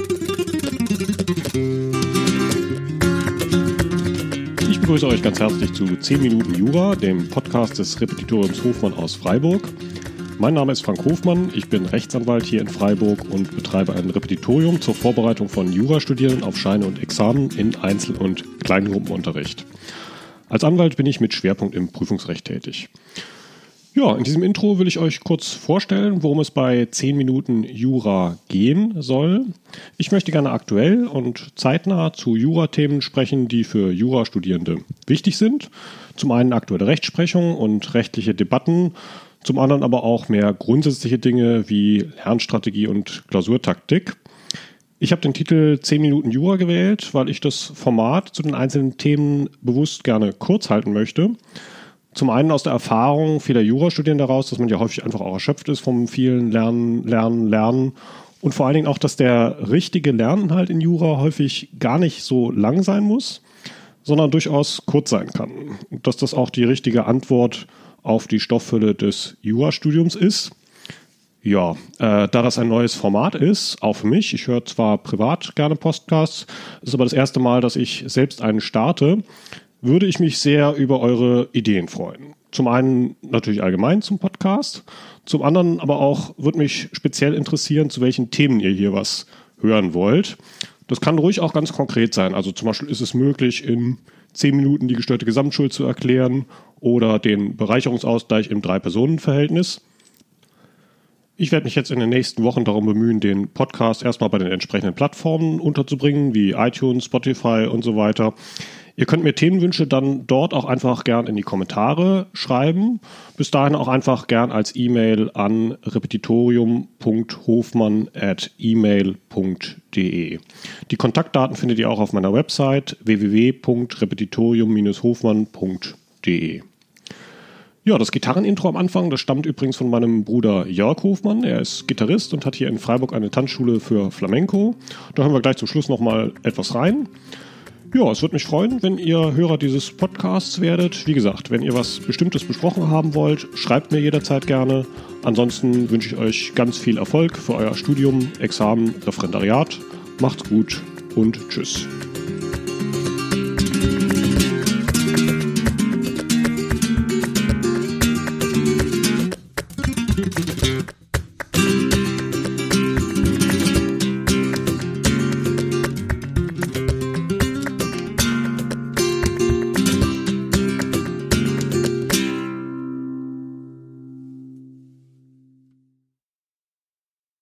Ich begrüße euch ganz herzlich zu 10 Minuten Jura, dem Podcast des Repetitoriums Hofmann aus Freiburg. Mein Name ist Frank Hofmann, ich bin Rechtsanwalt hier in Freiburg und betreibe ein Repetitorium zur Vorbereitung von Jurastudierenden auf Scheine und Examen in Einzel- und Kleingruppenunterricht. Als Anwalt bin ich mit Schwerpunkt im Prüfungsrecht tätig. Ja, in diesem Intro will ich euch kurz vorstellen, worum es bei 10 Minuten Jura gehen soll. Ich möchte gerne aktuell und zeitnah zu Jurathemen sprechen, die für Jurastudierende wichtig sind. Zum einen aktuelle Rechtsprechung und rechtliche Debatten, zum anderen aber auch mehr grundsätzliche Dinge wie Lernstrategie und Klausurtaktik. Ich habe den Titel 10 Minuten Jura gewählt, weil ich das Format zu den einzelnen Themen bewusst gerne kurz halten möchte. Zum einen aus der Erfahrung vieler Jurastudierenden daraus, dass man ja häufig einfach auch erschöpft ist vom vielen Lernen und vor allen Dingen auch, dass der richtige Lerninhalt in Jura häufig gar nicht so lang sein muss, sondern durchaus kurz sein kann. Und dass das auch die richtige Antwort auf die Stofffülle des Jurastudiums ist. Ja, da das ein neues Format ist, auch für mich, ich höre zwar privat gerne Podcasts, ist aber das erste Mal, dass ich selbst einen starte, würde ich mich sehr über eure Ideen freuen. Zum einen natürlich allgemein zum Podcast, zum anderen aber auch würde mich speziell interessieren, zu welchen Themen ihr hier was hören wollt. Das kann ruhig auch ganz konkret sein. Also zum Beispiel ist es möglich, in 10 Minuten die gestörte Gesamtschuld zu erklären oder den Bereicherungsausgleich im 3-Personen-Verhältnis. Ich werde mich jetzt in den nächsten Wochen darum bemühen, den Podcast erstmal bei den entsprechenden Plattformen unterzubringen, wie iTunes, Spotify und so weiter. Ihr könnt mir Themenwünsche dann dort auch einfach gern in die Kommentare schreiben. Bis dahin auch einfach gern als E-Mail an repetitorium.hofmann@email.de. Die Kontaktdaten findet ihr auch auf meiner Website www.repetitorium-hofmann.de. Ja, das Gitarrenintro am Anfang, das stammt übrigens von meinem Bruder Jörg Hofmann. Er ist Gitarrist und hat hier in Freiburg eine Tanzschule für Flamenco. Da hören wir gleich zum Schluss nochmal etwas rein. Ja, es würde mich freuen, wenn ihr Hörer dieses Podcasts werdet. Wie gesagt, wenn ihr was Bestimmtes besprochen haben wollt, schreibt mir jederzeit gerne. Ansonsten wünsche ich euch ganz viel Erfolg für euer Studium, Examen, Referendariat. Macht's gut und tschüss.